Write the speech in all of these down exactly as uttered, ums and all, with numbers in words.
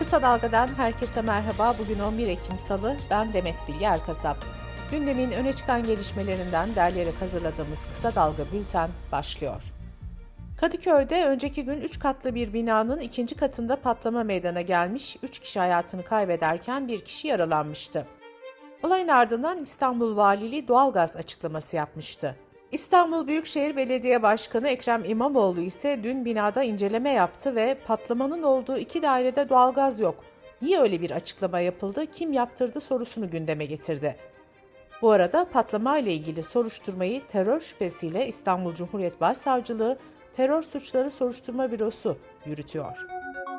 Kısa Dalga'dan herkese merhaba. Bugün on bir Ekim Salı, ben Demet Bilge Erkasap. Gündemin öne çıkan gelişmelerinden derleyerek hazırladığımız Kısa Dalga bülten başlıyor. Kadıköy'de önceki gün üç katlı bir binanın ikinci katında patlama meydana gelmiş, üç kişi hayatını kaybederken bir kişi yaralanmıştı. Olayın ardından İstanbul Valiliği doğalgaz açıklaması yapmıştı. İstanbul Büyükşehir Belediye Başkanı Ekrem İmamoğlu ise dün binada inceleme yaptı ve patlamanın olduğu iki dairede doğalgaz yok. Niye öyle bir açıklama yapıldı, kim yaptırdı sorusunu gündeme getirdi. Bu arada patlamayla ilgili soruşturmayı terör şüphesiyle İstanbul Cumhuriyet Başsavcılığı Terör Suçları Soruşturma Bürosu yürütüyor.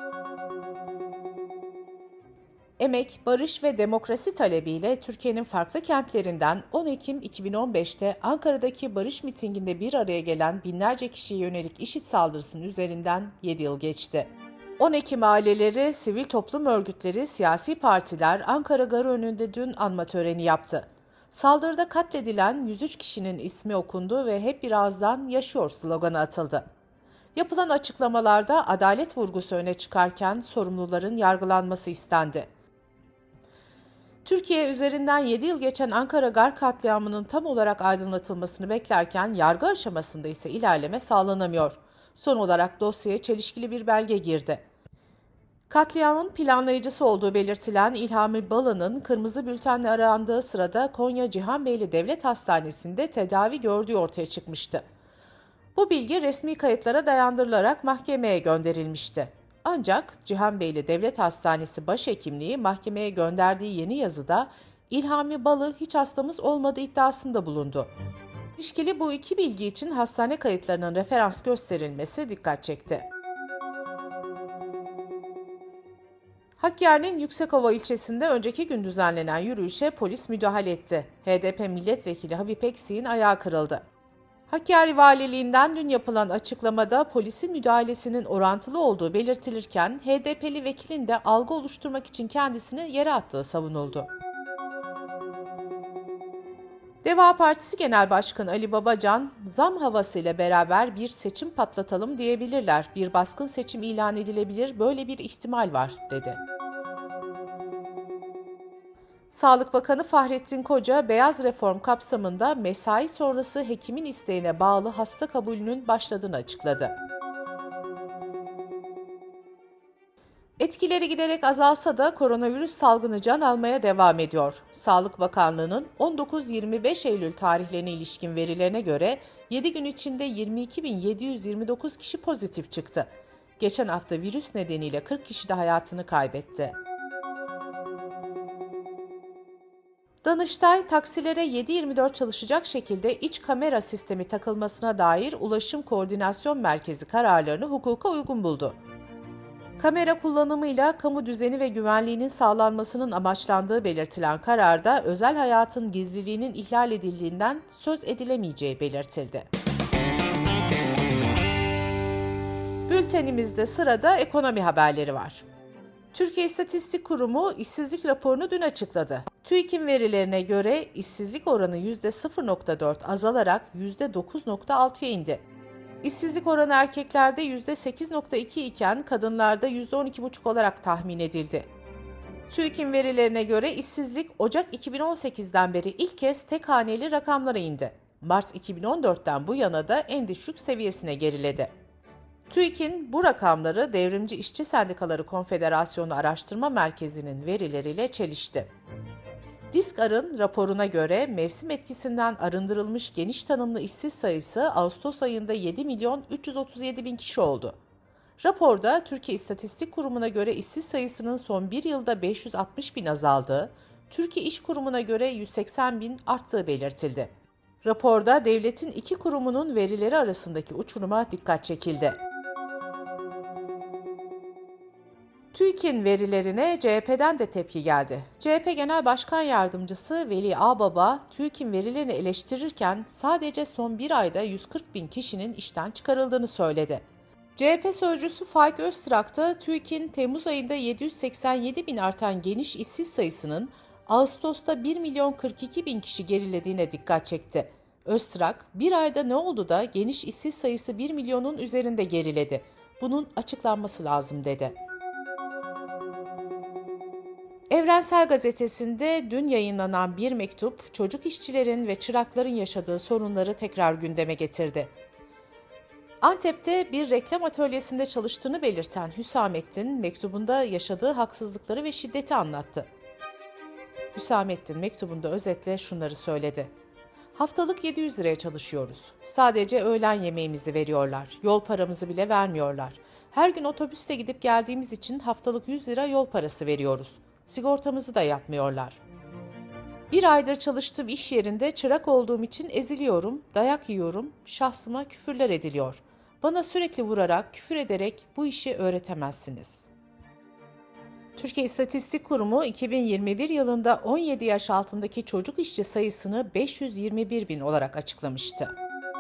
Emek, barış ve demokrasi talebiyle Türkiye'nin farklı kentlerinden on Ekim iki bin on beşte Ankara'daki barış mitinginde bir araya gelen binlerce kişiye yönelik IŞİD saldırısının üzerinden yedi yıl geçti. on Ekim aileleri, sivil toplum örgütleri, siyasi partiler Ankara Garı önünde dün anma töreni yaptı. Saldırıda katledilen yüz üç kişinin ismi okundu ve hep bir ağızdan yaşıyor sloganı atıldı. Yapılan açıklamalarda adalet vurgusu öne çıkarken sorumluların yargılanması istendi. Türkiye üzerinden yedi yıl geçen Ankara Gar katliamının tam olarak aydınlatılmasını beklerken yargı aşamasında ise ilerleme sağlanamıyor. Son olarak dosyaya çelişkili bir belge girdi. Katliamın planlayıcısı olduğu belirtilen İlhami Balı'nın kırmızı bültenle arandığı sırada Konya Cihanbeyli Devlet Hastanesi'nde tedavi gördüğü ortaya çıkmıştı. Bu bilgi resmi kayıtlara dayandırılarak mahkemeye gönderilmişti. Ancak Cihanbeyli Devlet Hastanesi Başhekimliği mahkemeye gönderdiği yeni yazıda İlhami Balı hiç hastamız olmadığı iddiasında bulundu. İlişkili bu iki bilgi için hastane kayıtlarının referans gösterilmesi dikkat çekti. Hakkari'nin Yüksekova ilçesinde önceki gün düzenlenen yürüyüşe polis müdahale etti. H D P milletvekili Habib Eksik'in ayağı kırıldı. Hakkari Valiliğinden dün yapılan açıklamada polisin müdahalesinin orantılı olduğu belirtilirken H D P'li vekilin de algı oluşturmak için kendisini yere attığı savunuldu. Deva Partisi Genel Başkanı Ali Babacan, zam havasıyla beraber bir seçim patlatalım diyebilirler, bir baskın seçim ilan edilebilir, böyle bir ihtimal var, dedi. Sağlık Bakanı Fahrettin Koca, beyaz reform kapsamında mesai sonrası hekimin isteğine bağlı hasta kabulünün başladığını açıkladı. Etkileri giderek azalsa da koronavirüs salgını can almaya devam ediyor. Sağlık Bakanlığı'nın on dokuz yirmi beş Eylül tarihlerine ilişkin verilerine göre yedi gün içinde yirmi iki bin yedi yüz yirmi dokuz kişi pozitif çıktı. Geçen hafta virüs nedeniyle kırk kişi de hayatını kaybetti. Danıştay, taksilere yedi yirmi dört çalışacak şekilde iç kamera sistemi takılmasına dair Ulaşım Koordinasyon Merkezi kararlarını hukuka uygun buldu. Kamera kullanımıyla kamu düzeni ve güvenliğinin sağlanmasının amaçlandığı belirtilen kararda özel hayatın gizliliğinin ihlal edildiğinden söz edilemeyeceği belirtildi. Bültenimizde sırada ekonomi haberleri var. Türkiye İstatistik Kurumu işsizlik raporunu dün açıkladı. TÜİK'in verilerine göre işsizlik oranı yüzde sıfır virgül dört azalarak yüzde dokuz virgül altıya indi. İşsizlik oranı erkeklerde yüzde sekiz virgül iki iken kadınlarda yüzde on iki virgül beş olarak tahmin edildi. TÜİK'in verilerine göre işsizlik Ocak iki bin on sekizden beri ilk kez tek haneli rakamlara indi. Mart iki bin on dörtten bu yana da en düşük seviyesine geriledi. TÜİK'in bu rakamları Devrimci İşçi Sendikaları Konfederasyonu Araştırma Merkezi'nin verileriyle çelişti. DİSKAR'ın raporuna göre mevsim etkisinden arındırılmış geniş tanımlı işsiz sayısı Ağustos ayında yedi milyon üç yüz otuz yedi bin kişi oldu. Raporda Türkiye İstatistik Kurumu'na göre işsiz sayısının son bir yılda beş yüz altmış bin azaldığı, Türkiye İş Kurumu'na göre yüz seksen bin arttığı belirtildi. Raporda devletin iki kurumunun verileri arasındaki uçuruma dikkat çekildi. TÜİK'in verilerine C H P'den de tepki geldi. C H P Genel Başkan Yardımcısı Veli Ağbaba, TÜİK'in verilerini eleştirirken sadece son bir ayda yüz kırk bin kişinin işten çıkarıldığını söyledi. C H P sözcüsü Faik Öztrak da TÜİK'in Temmuz ayında yedi yüz seksen yedi bin artan geniş işsiz sayısının Ağustos'ta bir milyon kırk iki bin kişi gerilediğine dikkat çekti. Öztrak, bir ayda ne oldu da geniş işsiz sayısı bir milyonun üzerinde geriledi? Bunun açıklanması lazım dedi. Evrensel Gazetesi'nde dün yayınlanan bir mektup, çocuk işçilerin ve çırakların yaşadığı sorunları tekrar gündeme getirdi. Antep'te bir reklam atölyesinde çalıştığını belirten Hüsamettin, mektubunda yaşadığı haksızlıkları ve şiddeti anlattı. Hüsamettin mektubunda özetle şunları söyledi. Haftalık yedi yüz liraya çalışıyoruz. Sadece öğlen yemeğimizi veriyorlar. Yol paramızı bile vermiyorlar. Her gün otobüste gidip geldiğimiz için haftalık yüz lira yol parası veriyoruz. Sigortamızı da yapmıyorlar. Bir aydır çalıştığım iş yerinde çırak olduğum için eziliyorum, dayak yiyorum, şahsıma küfürler ediliyor. Bana sürekli vurarak, küfür ederek bu işi öğretemezsiniz. Türkiye İstatistik Kurumu iki bin yirmi bir yılında on yedi yaş altındaki çocuk işçi sayısını beş yüz yirmi bir bin olarak açıklamıştı.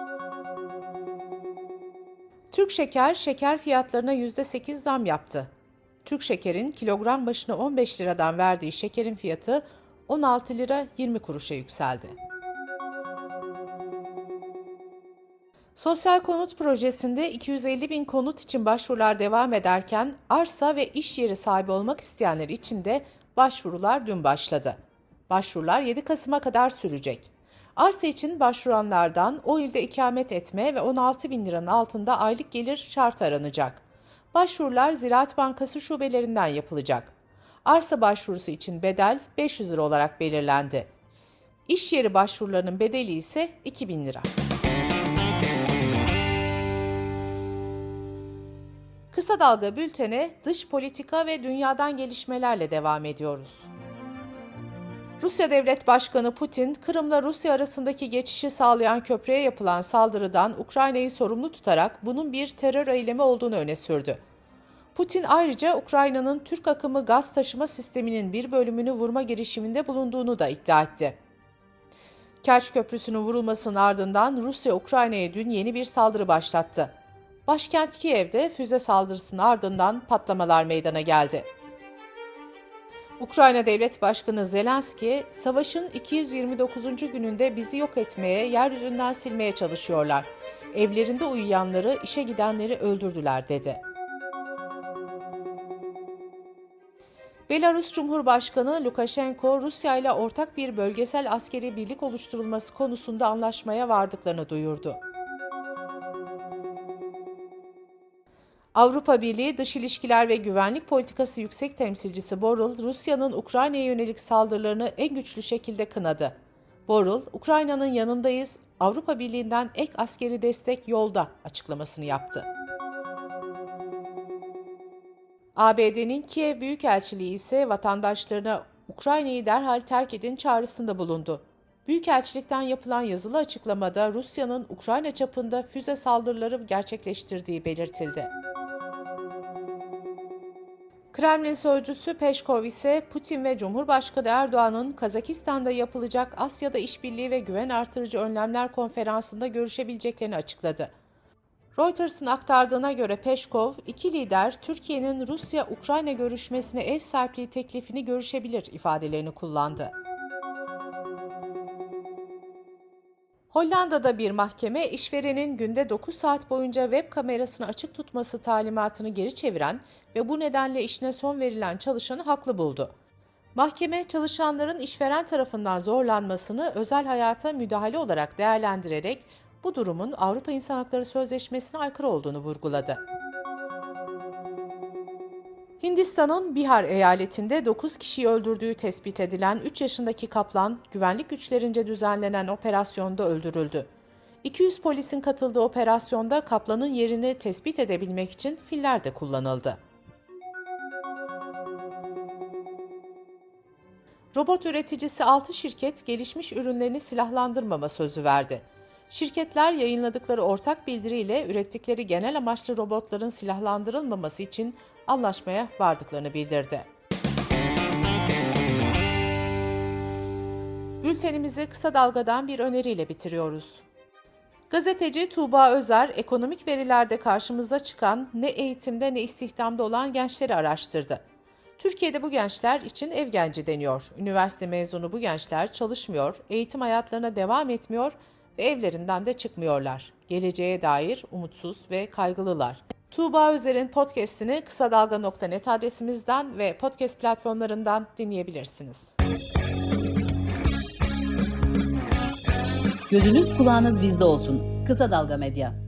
Türk Şeker, şeker fiyatlarına yüzde sekiz zam yaptı. Türk Şeker'in kilogram başına on beş liradan verdiği şekerin fiyatı on altı lira yirmi kuruşa yükseldi. Sosyal konut projesinde iki yüz elli bin konut için başvurular devam ederken arsa ve iş yeri sahibi olmak isteyenler için de başvurular dün başladı. Başvurular yedi Kasım'a kadar sürecek. Arsa için başvuranlardan o ilde ikamet etme ve on altı bin liranın altında aylık gelir şartı aranacak. Başvurular Ziraat Bankası şubelerinden yapılacak. Arsa başvurusu için bedel beş yüz lira olarak belirlendi. İş yeri başvurularının bedeli ise iki bin lira. Kısa Dalga Bülten'e dış politika ve dünyadan gelişmelerle devam ediyoruz. Rusya Devlet Başkanı Putin, Kırım'la Rusya arasındaki geçişi sağlayan köprüye yapılan saldırıdan Ukrayna'yı sorumlu tutarak bunun bir terör eylemi olduğunu öne sürdü. Putin ayrıca Ukrayna'nın Türk akımı gaz taşıma sisteminin bir bölümünü vurma girişiminde bulunduğunu da iddia etti. Kerç Köprüsü'nün vurulmasının ardından Rusya Ukrayna'ya dün yeni bir saldırı başlattı. Başkent Kiev'de füze saldırısının ardından patlamalar meydana geldi. Ukrayna Devlet Başkanı Zelenski, savaşın iki yüz yirmi dokuzuncu gününde bizi yok etmeye, yeryüzünden silmeye çalışıyorlar. Evlerinde uyuyanları, işe gidenleri öldürdüler dedi. Belarus Cumhurbaşkanı Lukashenko, Rusya ile ortak bir bölgesel askeri birlik oluşturulması konusunda anlaşmaya vardıklarını duyurdu. Avrupa Birliği Dış İlişkiler ve Güvenlik Politikası Yüksek Temsilcisi Borrell, Rusya'nın Ukrayna'ya yönelik saldırılarını en güçlü şekilde kınadı. Borrell, Ukrayna'nın yanındayız, Avrupa Birliği'nden ek askeri destek yolda açıklamasını yaptı. A B D'nin Kiev Büyükelçiliği ise vatandaşlarına Ukrayna'yı derhal terk edin çağrısında bulundu. Büyükelçilikten yapılan yazılı açıklamada Rusya'nın Ukrayna çapında füze saldırıları gerçekleştirdiği belirtildi. Kremlin sözcüsü Peşkov ise Putin ve Cumhurbaşkanı Erdoğan'ın Kazakistan'da yapılacak Asya'da İşbirliği ve Güven Artırıcı Önlemler Konferansı'nda görüşebileceklerini açıkladı. Reuters'ın aktardığına göre Peşkov, iki lider Türkiye'nin Rusya-Ukrayna görüşmesine ev sahipliği teklifini görüşebilir ifadelerini kullandı. Hollanda'da bir mahkeme, işverenin günde dokuz saat boyunca web kamerasını açık tutması talimatını geri çeviren ve bu nedenle işine son verilen çalışanı haklı buldu. Mahkeme, çalışanların işveren tarafından zorlanmasını özel hayata müdahale olarak değerlendirerek bu durumun Avrupa İnsan Hakları Sözleşmesi'ne aykırı olduğunu vurguladı. Hindistan'ın Bihar eyaletinde dokuz kişiyi öldürdüğü tespit edilen üç yaşındaki kaplan, güvenlik güçlerince düzenlenen operasyonda öldürüldü. iki yüz polisin katıldığı operasyonda kaplanın yerini tespit edebilmek için filler de kullanıldı. Robot üreticisi altı şirket gelişmiş ürünlerini silahlandırmama sözü verdi. Şirketler yayınladıkları ortak bildiriyle ürettikleri genel amaçlı robotların silahlandırılmaması için anlaşmaya vardıklarını bildirdi. Bültenimizi kısa dalgadan bir öneriyle bitiriyoruz. Gazeteci Tuğba Özer, ekonomik verilerde karşımıza çıkan ne eğitimde ne istihdamda olan gençleri araştırdı. Türkiye'de bu gençler için ev genci deniyor. Üniversite mezunu bu gençler çalışmıyor, eğitim hayatlarına devam etmiyor ve evlerinden de çıkmıyorlar. Geleceğe dair umutsuz ve kaygılılar. Tuğba Özer'in podcast'ini kısa dalga nokta net adresimizden ve podcast platformlarından dinleyebilirsiniz. Gözünüz kulağınız bizde olsun. Kısa Dalga Medya.